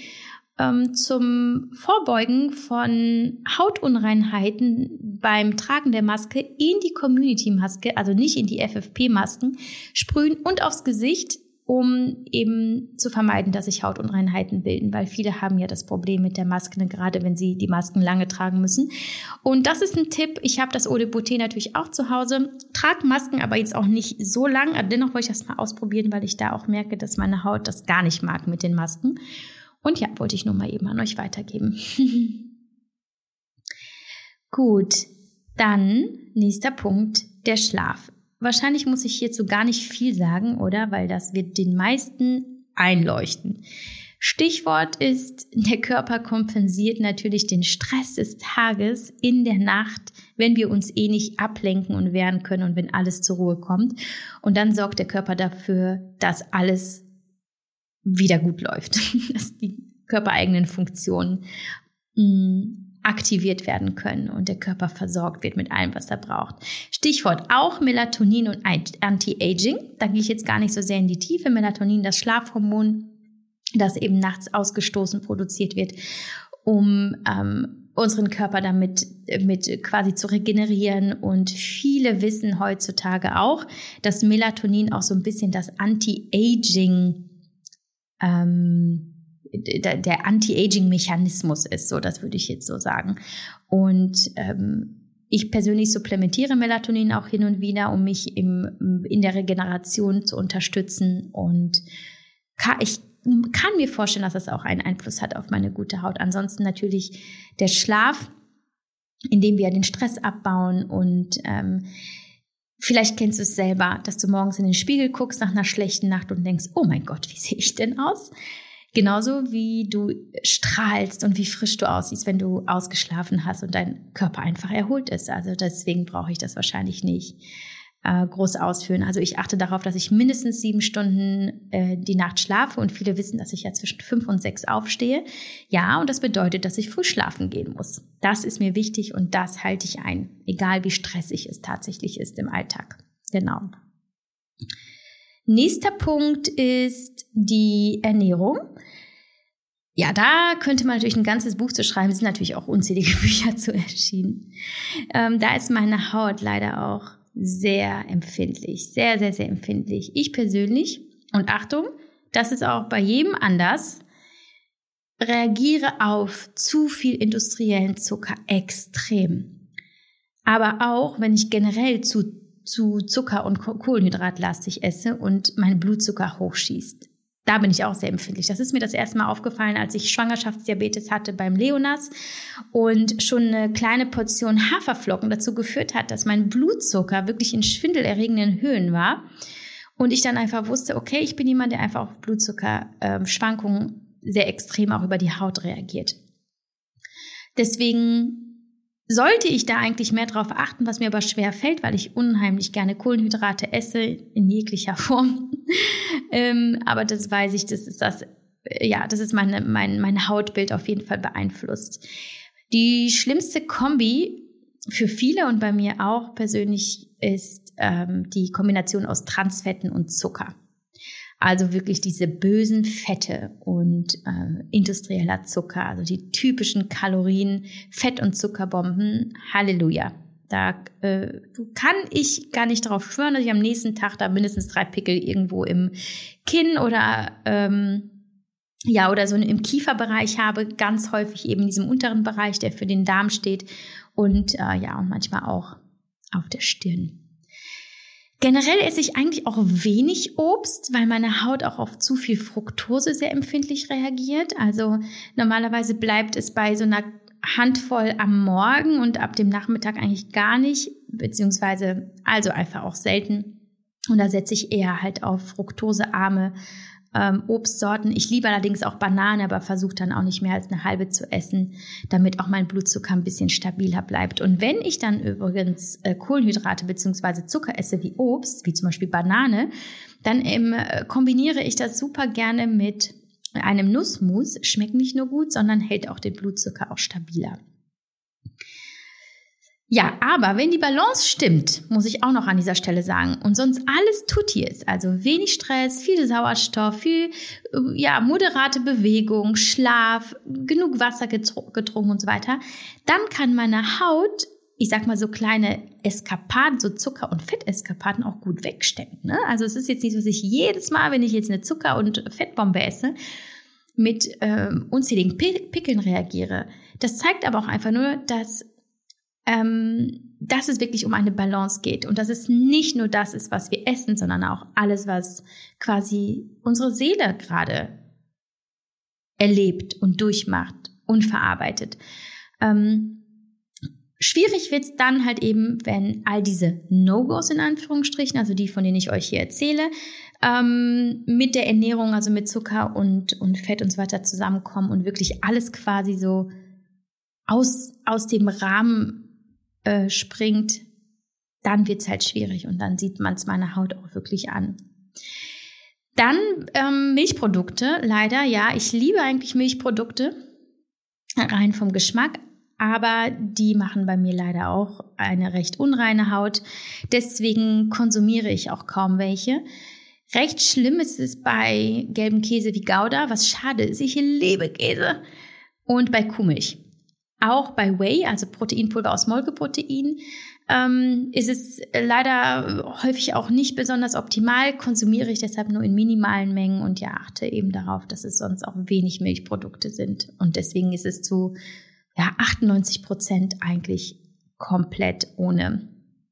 zum Vorbeugen von Hautunreinheiten beim Tragen der Maske in die Community-Maske, also nicht in die FFP-Masken, sprühen und aufs Gesicht, um eben zu vermeiden, dass sich Hautunreinheiten bilden, weil viele haben ja das Problem mit der Maske, gerade wenn sie die Masken lange tragen müssen. Und das ist ein Tipp. Ich habe das Eau de Beauté natürlich auch zu Hause, trage Masken aber jetzt auch nicht so lang. Aber dennoch wollte ich das mal ausprobieren, weil ich da auch merke, dass meine Haut das gar nicht mag mit den Masken. Und ja, wollte ich nur mal eben an euch weitergeben. Gut, dann nächster Punkt, der Schlaf. Wahrscheinlich muss ich hierzu gar nicht viel sagen, oder? Weil das wird den meisten einleuchten. Stichwort ist, der Körper kompensiert natürlich den Stress des Tages in der Nacht, wenn wir uns nicht ablenken und wehren können und wenn alles zur Ruhe kommt. Und dann sorgt der Körper dafür, dass alles wieder gut läuft, dass die körpereigenen Funktionen aktiviert werden können und der Körper versorgt wird mit allem, was er braucht. Stichwort auch Melatonin und Anti-Aging. Da gehe ich jetzt gar nicht so sehr in die Tiefe. Melatonin, das Schlafhormon, das eben nachts ausgestoßen produziert wird, um unseren Körper damit mit quasi zu regenerieren. Und viele wissen heutzutage auch, dass Melatonin auch so ein bisschen das Anti-Aging, der Anti-Aging-Mechanismus ist, so das würde ich jetzt so sagen. Und ich persönlich supplementiere Melatonin auch hin und wieder, um mich in der Regeneration zu unterstützen. Und ich kann mir vorstellen, dass das auch einen Einfluss hat auf meine gute Haut. Ansonsten natürlich der Schlaf, indem wir den Stress abbauen. Und vielleicht kennst du es selber, dass du morgens in den Spiegel guckst nach einer schlechten Nacht und denkst, oh mein Gott, wie sehe ich denn aus? Genauso wie du strahlst und wie frisch du aussiehst, wenn du ausgeschlafen hast und dein Körper einfach erholt ist. Also deswegen brauche ich das wahrscheinlich nicht groß ausführen. Also ich achte darauf, dass ich mindestens 7 Stunden die Nacht schlafe, und viele wissen, dass ich ja zwischen 5 und 6 aufstehe. Ja, und das bedeutet, dass ich früh schlafen gehen muss. Das ist mir wichtig und das halte ich ein, egal wie stressig es tatsächlich ist im Alltag. Genau. Nächster Punkt ist die Ernährung. Ja, da könnte man natürlich ein ganzes Buch zu schreiben. Es sind natürlich auch unzählige Bücher zu erschienen. Da ist meine Haut leider auch sehr empfindlich, sehr, sehr, sehr empfindlich. Ich persönlich, und Achtung, das ist auch bei jedem anders, reagiere auf zu viel industriellen Zucker extrem. Aber auch, wenn ich generell zu Zucker- und Kohlenhydratlastig esse und mein Blutzucker hochschießt. Da bin ich auch sehr empfindlich. Das ist mir das erste Mal aufgefallen, als ich Schwangerschaftsdiabetes hatte beim Leonas und schon eine kleine Portion Haferflocken dazu geführt hat, dass mein Blutzucker wirklich in schwindelerregenden Höhen war. Und ich dann einfach wusste, okay, ich bin jemand, der einfach auf Blutzuckerschwankungen sehr extrem auch über die Haut reagiert. Deswegen sollte ich da eigentlich mehr drauf achten, was mir aber schwer fällt, weil ich unheimlich gerne Kohlenhydrate esse, in jeglicher Form. Aber das weiß ich, das ist mein Hautbild auf jeden Fall beeinflusst. Die schlimmste Kombi für viele und bei mir auch persönlich ist die Kombination aus Transfetten und Zucker. Also wirklich diese bösen Fette und industrieller Zucker, also die typischen Kalorien, Fett- und Zuckerbomben. Halleluja. Da kann ich gar nicht drauf schwören, dass ich am nächsten Tag da mindestens 3 Pickel irgendwo im Kinn oder so im Kieferbereich habe. Ganz häufig eben in diesem unteren Bereich, der für den Darm steht. Und und manchmal auch auf der Stirn. Generell esse ich eigentlich auch wenig Obst, weil meine Haut auch auf zu viel Fructose sehr empfindlich reagiert. Also normalerweise bleibt es bei so einer Handvoll am Morgen und ab dem Nachmittag eigentlich gar nicht, beziehungsweise also einfach auch selten. Und da setze ich eher halt auf fruktosearme Obstsorten. Ich liebe allerdings auch Banane, aber versuche dann auch nicht mehr als eine halbe zu essen, damit auch mein Blutzucker ein bisschen stabiler bleibt. Und wenn ich dann übrigens Kohlenhydrate bzw. Zucker esse wie Obst, wie zum Beispiel Banane, dann kombiniere ich das super gerne mit einem Nussmus. Schmeckt nicht nur gut, sondern hält auch den Blutzucker auch stabiler. Ja, aber wenn die Balance stimmt, muss ich auch noch an dieser Stelle sagen, und sonst alles tutti ist, also wenig Stress, viel Sauerstoff, viel moderate Bewegung, Schlaf, genug Wasser getrunken und so weiter, dann kann meine Haut, ich sag mal so kleine Eskapaden, so Zucker- und Fetteskapaden auch gut wegstecken. Ne? Also es ist jetzt nicht so, dass ich jedes Mal, wenn ich jetzt eine Zucker- und Fettbombe esse, mit unzähligen Pickeln reagiere. Das zeigt aber auch einfach nur, dass es wirklich um eine Balance geht und dass es nicht nur das ist, was wir essen, sondern auch alles, was quasi unsere Seele gerade erlebt und durchmacht und verarbeitet. Schwierig wird es dann halt eben, wenn all diese No-Gos in Anführungsstrichen, also die, von denen ich euch hier erzähle, mit der Ernährung, also mit Zucker und Fett und so weiter zusammenkommen und wirklich alles quasi so aus dem Rahmen springt, dann wird es halt schwierig und dann sieht man es meiner Haut auch wirklich an. Dann Milchprodukte, leider, ja, ich liebe eigentlich Milchprodukte, rein vom Geschmack, aber die machen bei mir leider auch eine recht unreine Haut, deswegen konsumiere ich auch kaum welche. Recht schlimm ist es bei gelbem Käse wie Gouda, was schade ist. Ich liebe Käse. Und bei Kuhmilch. Auch bei Whey, also Proteinpulver aus Molkeprotein, ist es leider häufig auch nicht besonders optimal. Konsumiere ich deshalb nur in minimalen Mengen und ja, achte eben darauf, dass es sonst auch wenig Milchprodukte sind. Und deswegen ist es zu 98% eigentlich komplett ohne.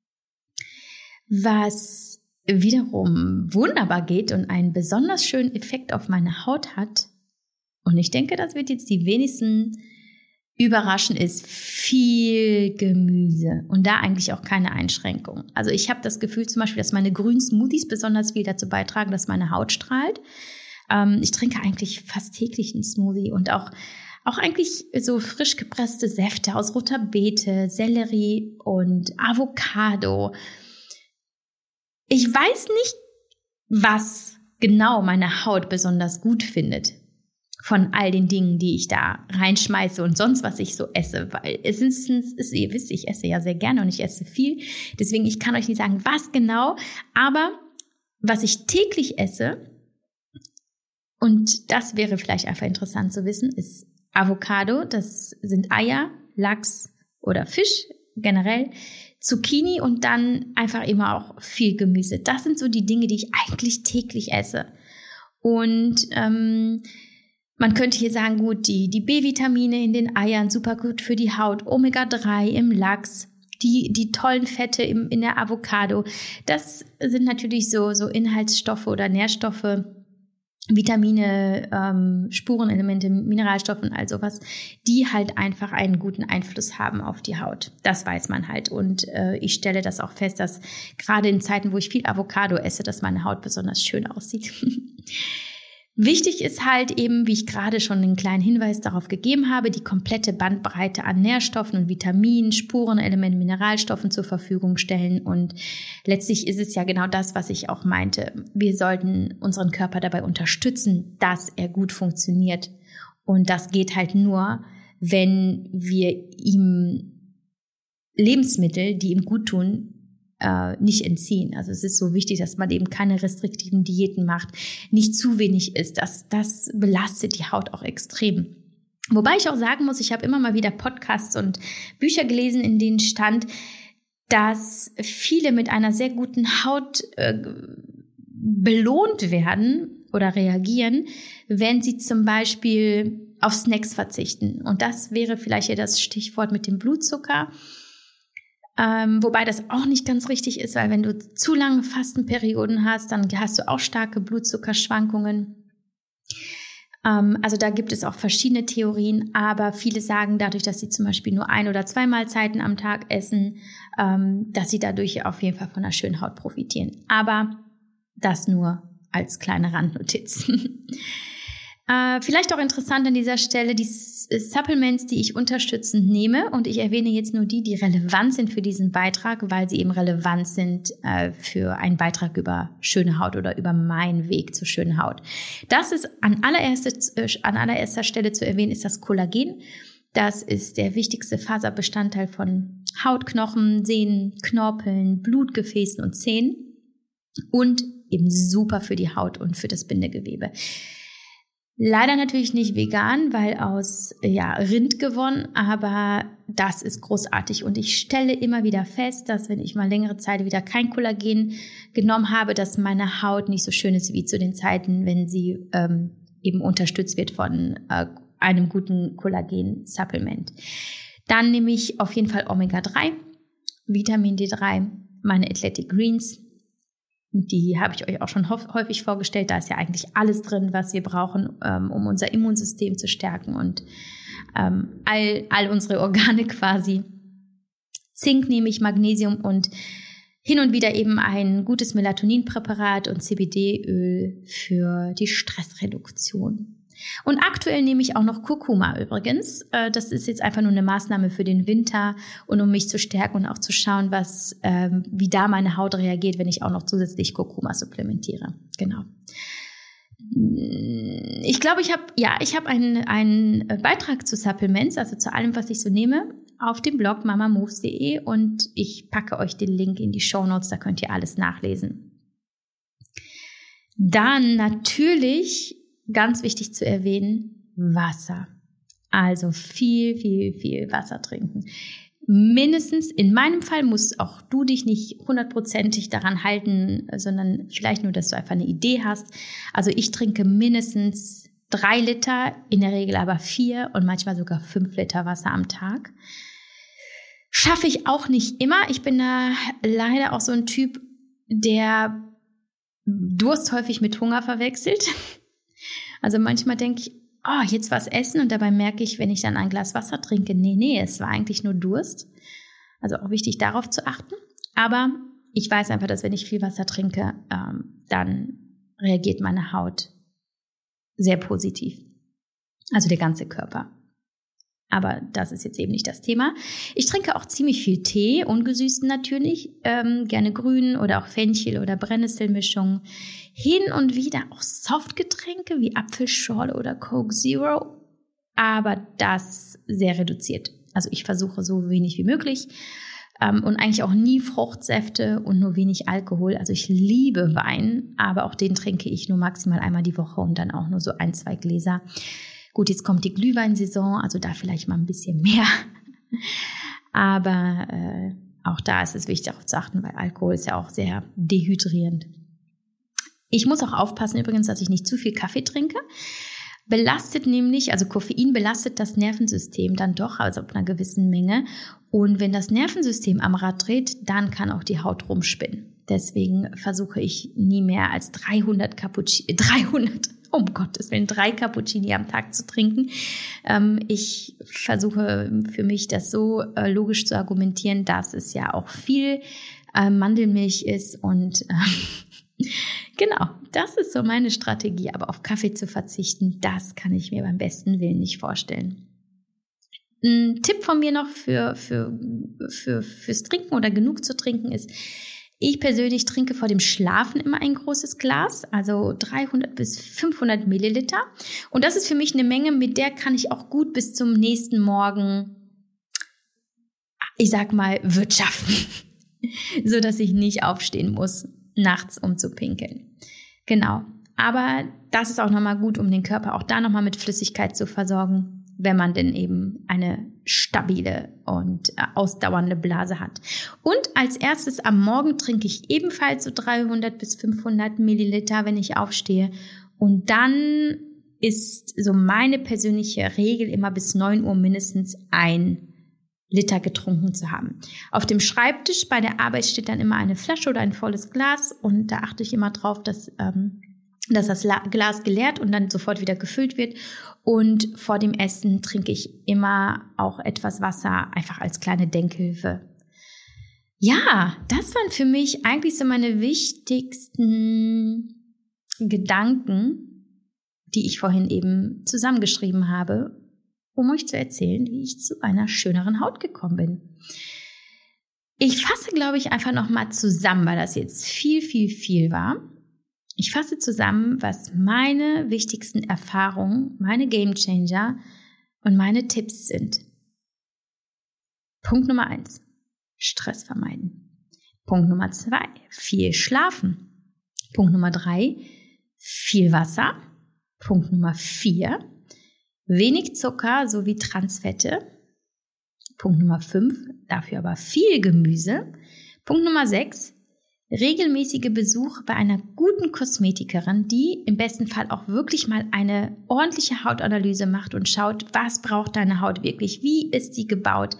Was wiederum wunderbar geht und einen besonders schönen Effekt auf meine Haut hat, und ich denke, das wird jetzt die wenigsten überraschen, ist viel Gemüse und da eigentlich auch keine Einschränkung. Also ich habe das Gefühl zum Beispiel, dass meine grünen Smoothies besonders viel dazu beitragen, dass meine Haut strahlt. Ich trinke eigentlich fast täglich einen Smoothie und auch eigentlich so frisch gepresste Säfte aus roter Beete, Sellerie und Avocado. Ich weiß nicht, was genau meine Haut besonders gut findet von all den Dingen, die ich da reinschmeiße und sonst, was ich so esse. Weil ihr wisst, ich esse ja sehr gerne und ich esse viel. Deswegen, ich kann euch nicht sagen, was genau. Aber was ich täglich esse, und das wäre vielleicht einfach interessant zu wissen, ist Avocado. Das sind Eier, Lachs oder Fisch generell, Zucchini und dann einfach immer auch viel Gemüse. Das sind so die Dinge, die ich eigentlich täglich esse. Und man könnte hier sagen, gut, die B-Vitamine in den Eiern, super gut für die Haut, Omega-3 im Lachs, die tollen Fette in der Avocado. Das sind natürlich so Inhaltsstoffe oder Nährstoffe, Vitamine, Spurenelemente, Mineralstoffe und all sowas, die halt einfach einen guten Einfluss haben auf die Haut. Das weiß man halt. Und ich stelle das auch fest, dass gerade in Zeiten, wo ich viel Avocado esse, dass meine Haut besonders schön aussieht. Wichtig ist halt eben, wie ich gerade schon einen kleinen Hinweis darauf gegeben habe, die komplette Bandbreite an Nährstoffen und Vitaminen, Spurenelementen, Mineralstoffen zur Verfügung stellen. Und letztlich ist es ja genau das, was ich auch meinte. Wir sollten unseren Körper dabei unterstützen, dass er gut funktioniert. Und das geht halt nur, wenn wir ihm Lebensmittel, die ihm gut tun, nicht entziehen. Also es ist so wichtig, dass man eben keine restriktiven Diäten macht, nicht zu wenig isst. Das belastet die Haut auch extrem. Wobei ich auch sagen muss, ich habe immer mal wieder Podcasts und Bücher gelesen, in denen stand, dass viele mit einer sehr guten Haut belohnt werden oder reagieren, wenn sie zum Beispiel auf Snacks verzichten. Und das wäre vielleicht ja das Stichwort mit dem Blutzucker. Wobei das auch nicht ganz richtig ist, weil wenn du zu lange Fastenperioden hast, dann hast du auch starke Blutzuckerschwankungen. Also da gibt es auch verschiedene Theorien, aber viele sagen dadurch, dass sie zum Beispiel nur 1 oder 2 Mahlzeiten am Tag essen, dass sie dadurch auf jeden Fall von einer schönen Haut profitieren. Aber das nur als kleine Randnotiz. Vielleicht auch interessant an dieser Stelle, die Supplements, die ich unterstützend nehme, und ich erwähne jetzt nur die relevant sind für diesen Beitrag, weil sie eben relevant sind für einen Beitrag über schöne Haut oder über meinen Weg zur schönen Haut. Das ist an allererster Stelle zu erwähnen, ist das Kollagen. Das ist der wichtigste Faserbestandteil von Hautknochen, Sehnen, Knorpeln, Blutgefäßen und Zähnen und eben super für die Haut und für das Bindegewebe. Leider natürlich nicht vegan, weil aus Rind gewonnen, aber das ist großartig. Und ich stelle immer wieder fest, dass wenn ich mal längere Zeit wieder kein Kollagen genommen habe, dass meine Haut nicht so schön ist wie zu den Zeiten, wenn sie eben unterstützt wird von einem guten Kollagen-Supplement. Dann nehme ich auf jeden Fall Omega-3, Vitamin D3, meine Athletic Greens. Die habe ich euch auch schon häufig vorgestellt. Da ist ja eigentlich alles drin, was wir brauchen, um unser Immunsystem zu stärken und all unsere Organe quasi. Zink nehme ich, Magnesium und hin und wieder eben ein gutes Melatoninpräparat und CBD-Öl für die Stressreduktion. Und aktuell nehme ich auch noch Kurkuma übrigens. Das ist jetzt einfach nur eine Maßnahme für den Winter und um mich zu stärken und auch zu schauen, wie da meine Haut reagiert, wenn ich auch noch zusätzlich Kurkuma supplementiere. Genau. Ich glaube, ich habe einen Beitrag zu Supplements, also zu allem, was ich so nehme, auf dem Blog mamamoves.de und ich packe euch den Link in die Shownotes, da könnt ihr alles nachlesen. Dann natürlich, ganz wichtig zu erwähnen, Wasser. Also viel, viel, viel Wasser trinken. Mindestens, in meinem Fall musst auch du dich nicht 100%ig daran halten, sondern vielleicht nur, dass du einfach eine Idee hast. Also ich trinke mindestens 3 Liter, in der Regel aber 4 und manchmal sogar 5 Liter Wasser am Tag. Schaffe ich auch nicht immer. Ich bin da leider auch so ein Typ, der Durst häufig mit Hunger verwechselt. Also manchmal denke ich, jetzt was essen und dabei merke ich, wenn ich dann ein Glas Wasser trinke, nee, es war eigentlich nur Durst. Also auch wichtig, darauf zu achten. Aber ich weiß einfach, dass wenn ich viel Wasser trinke, dann reagiert meine Haut sehr positiv. Also der ganze Körper. Aber das ist jetzt eben nicht das Thema. Ich trinke auch ziemlich viel Tee, ungesüßten natürlich, gerne grünen oder auch Fenchel- oder Brennnesselmischung. Hin und wieder auch Softgetränke wie Apfelschorle oder Coke Zero, aber das sehr reduziert. Also ich versuche so wenig wie möglich und eigentlich auch nie Fruchtsäfte und nur wenig Alkohol. Also ich liebe Wein, aber auch den trinke ich nur maximal einmal die Woche und dann auch nur so 1-2 Gläser. Gut, jetzt kommt die Glühweinsaison, also da vielleicht mal ein bisschen mehr. Aber auch da ist es wichtig, darauf zu achten, weil Alkohol ist ja auch sehr dehydrierend. Ich muss auch aufpassen übrigens, dass ich nicht zu viel Kaffee trinke. Belastet nämlich, also Koffein belastet das Nervensystem dann doch, also ab einer gewissen Menge. Und wenn das Nervensystem am Rad dreht, dann kann auch die Haut rumspinnen. Deswegen versuche ich nie mehr als 3 Cappuccini am Tag zu trinken. Ich versuche für mich das so logisch zu argumentieren, dass es ja auch viel Mandelmilch ist und genau, das ist so meine Strategie. Aber auf Kaffee zu verzichten, das kann ich mir beim besten Willen nicht vorstellen. Ein Tipp von mir noch fürs Trinken oder genug zu trinken ist, ich persönlich trinke vor dem Schlafen immer ein großes Glas, also 300 bis 500 Milliliter. Und das ist für mich eine Menge, mit der kann ich auch gut bis zum nächsten Morgen, ich sag mal, wirtschaften, so dass ich nicht aufstehen muss, nachts um zu pinkeln. Genau, aber das ist auch nochmal gut, um den Körper auch da nochmal mit Flüssigkeit zu versorgen, wenn man denn eben eine stabile und ausdauernde Blase hat. Und als erstes am Morgen trinke ich ebenfalls so 300 bis 500 Milliliter, wenn ich aufstehe. Und dann ist so meine persönliche Regel immer bis 9 Uhr mindestens 1 Liter getrunken zu haben. Auf dem Schreibtisch bei der Arbeit steht dann immer eine Flasche oder ein volles Glas und da achte ich immer drauf, dass das Glas geleert und dann sofort wieder gefüllt wird. Und vor dem Essen trinke ich immer auch etwas Wasser, einfach als kleine Denkhilfe. Ja, das waren für mich eigentlich so meine wichtigsten Gedanken, die ich vorhin eben zusammengeschrieben habe, um euch zu erzählen, wie ich zu einer schöneren Haut gekommen bin. Ich fasse, glaube ich, einfach nochmal zusammen, weil das jetzt viel, viel, viel war. Ich fasse zusammen, was meine wichtigsten Erfahrungen, meine Gamechanger und meine Tipps sind. Punkt Nummer 1, Stress vermeiden. Punkt Nummer 2, viel schlafen. Punkt Nummer 3, viel Wasser. Punkt Nummer 4, wenig Zucker sowie Transfette. Punkt Nummer 5, dafür aber viel Gemüse. Punkt Nummer 6, regelmäßige Besuche bei einer guten Kosmetikerin, die im besten Fall auch wirklich mal eine ordentliche Hautanalyse macht und schaut, was braucht deine Haut wirklich, wie ist sie gebaut,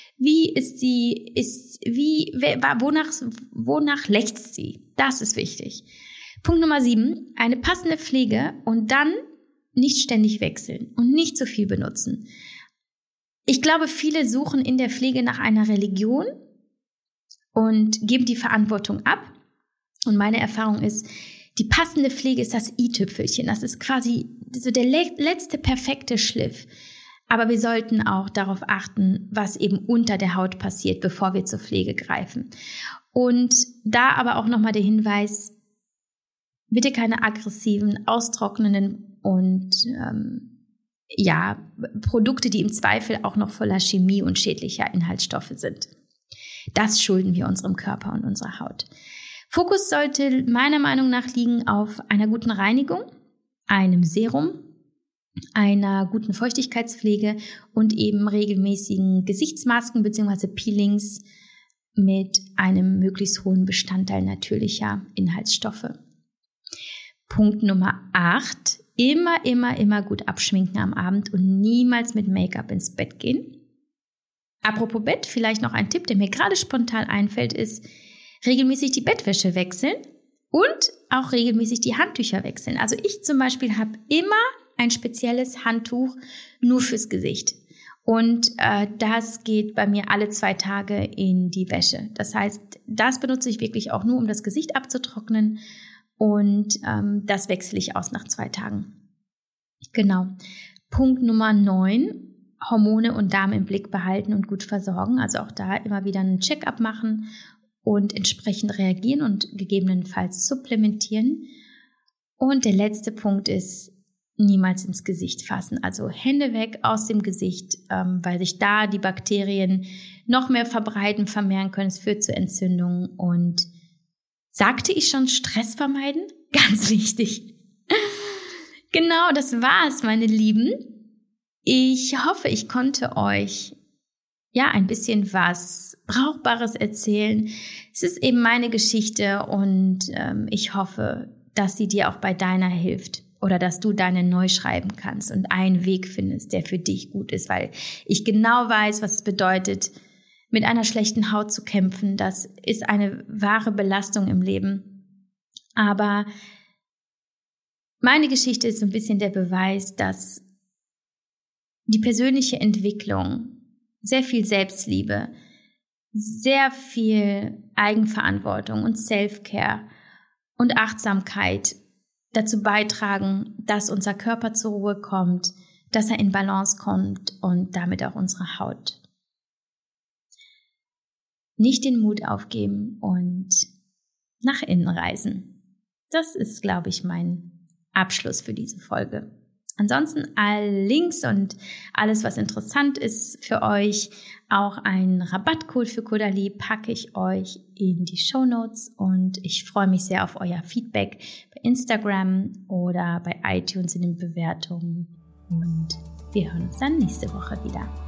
wonach lechzt sie. Das ist wichtig. Punkt Nummer 7, eine passende Pflege und dann nicht ständig wechseln und nicht so viel benutzen. Ich glaube, viele suchen in der Pflege nach einer Religion und geben die Verantwortung ab. Und meine Erfahrung ist, die passende Pflege ist das i-Tüpfelchen. Das ist quasi so der letzte perfekte Schliff. Aber wir sollten auch darauf achten, was eben unter der Haut passiert, bevor wir zur Pflege greifen. Und da aber auch nochmal der Hinweis, bitte keine aggressiven, austrocknenden und Produkte, die im Zweifel auch noch voller Chemie und schädlicher Inhaltsstoffe sind. Das schulden wir unserem Körper und unserer Haut. Fokus sollte meiner Meinung nach liegen auf einer guten Reinigung, einem Serum, einer guten Feuchtigkeitspflege und eben regelmäßigen Gesichtsmasken bzw. Peelings mit einem möglichst hohen Bestandteil natürlicher Inhaltsstoffe. Punkt Nummer 8. Immer gut abschminken am Abend und niemals mit Make-up ins Bett gehen. Apropos Bett, vielleicht noch ein Tipp, der mir gerade spontan einfällt, ist regelmäßig die Bettwäsche wechseln und auch regelmäßig die Handtücher wechseln. Also ich zum Beispiel habe immer ein spezielles Handtuch nur fürs Gesicht. Und das geht bei mir alle 2 Tage in die Wäsche. Das heißt, das benutze ich wirklich auch nur, um das Gesicht abzutrocknen. Und das wechsle ich aus nach 2 Tagen. Genau. Punkt Nummer 9. Hormone und Darm im Blick behalten und gut versorgen. Also auch da immer wieder einen Check-up machen und entsprechend reagieren und gegebenenfalls supplementieren. Und der letzte Punkt ist, niemals ins Gesicht fassen. Also Hände weg aus dem Gesicht, weil sich da die Bakterien noch mehr verbreiten, vermehren können. Es führt zu Entzündungen. Und sagte ich schon Stress vermeiden? Ganz wichtig. Genau, das war's, meine Lieben. Ich hoffe, ich konnte euch ein bisschen was Brauchbares erzählen. Es ist eben meine Geschichte und ich hoffe, dass sie dir auch bei deiner hilft. Oder dass du deine neu schreiben kannst und einen Weg findest, der für dich gut ist, weil ich genau weiß, was es bedeutet, mit einer schlechten Haut zu kämpfen. Das ist eine wahre Belastung im Leben. Aber meine Geschichte ist so ein bisschen der Beweis, dass die persönliche Entwicklung, sehr viel Selbstliebe, sehr viel Eigenverantwortung und Self-Care und Achtsamkeit dazu beitragen, dass unser Körper zur Ruhe kommt, dass er in Balance kommt und damit auch unsere Haut. Nicht den Mut aufgeben und nach innen reisen. Das ist, glaube ich, mein Abschluss für diese Folge. Ansonsten alle Links und alles, was interessant ist für euch, auch ein Rabattcode für Caudalie packe ich euch in die Shownotes und ich freue mich sehr auf euer Feedback bei Instagram oder bei iTunes in den Bewertungen und wir hören uns dann nächste Woche wieder.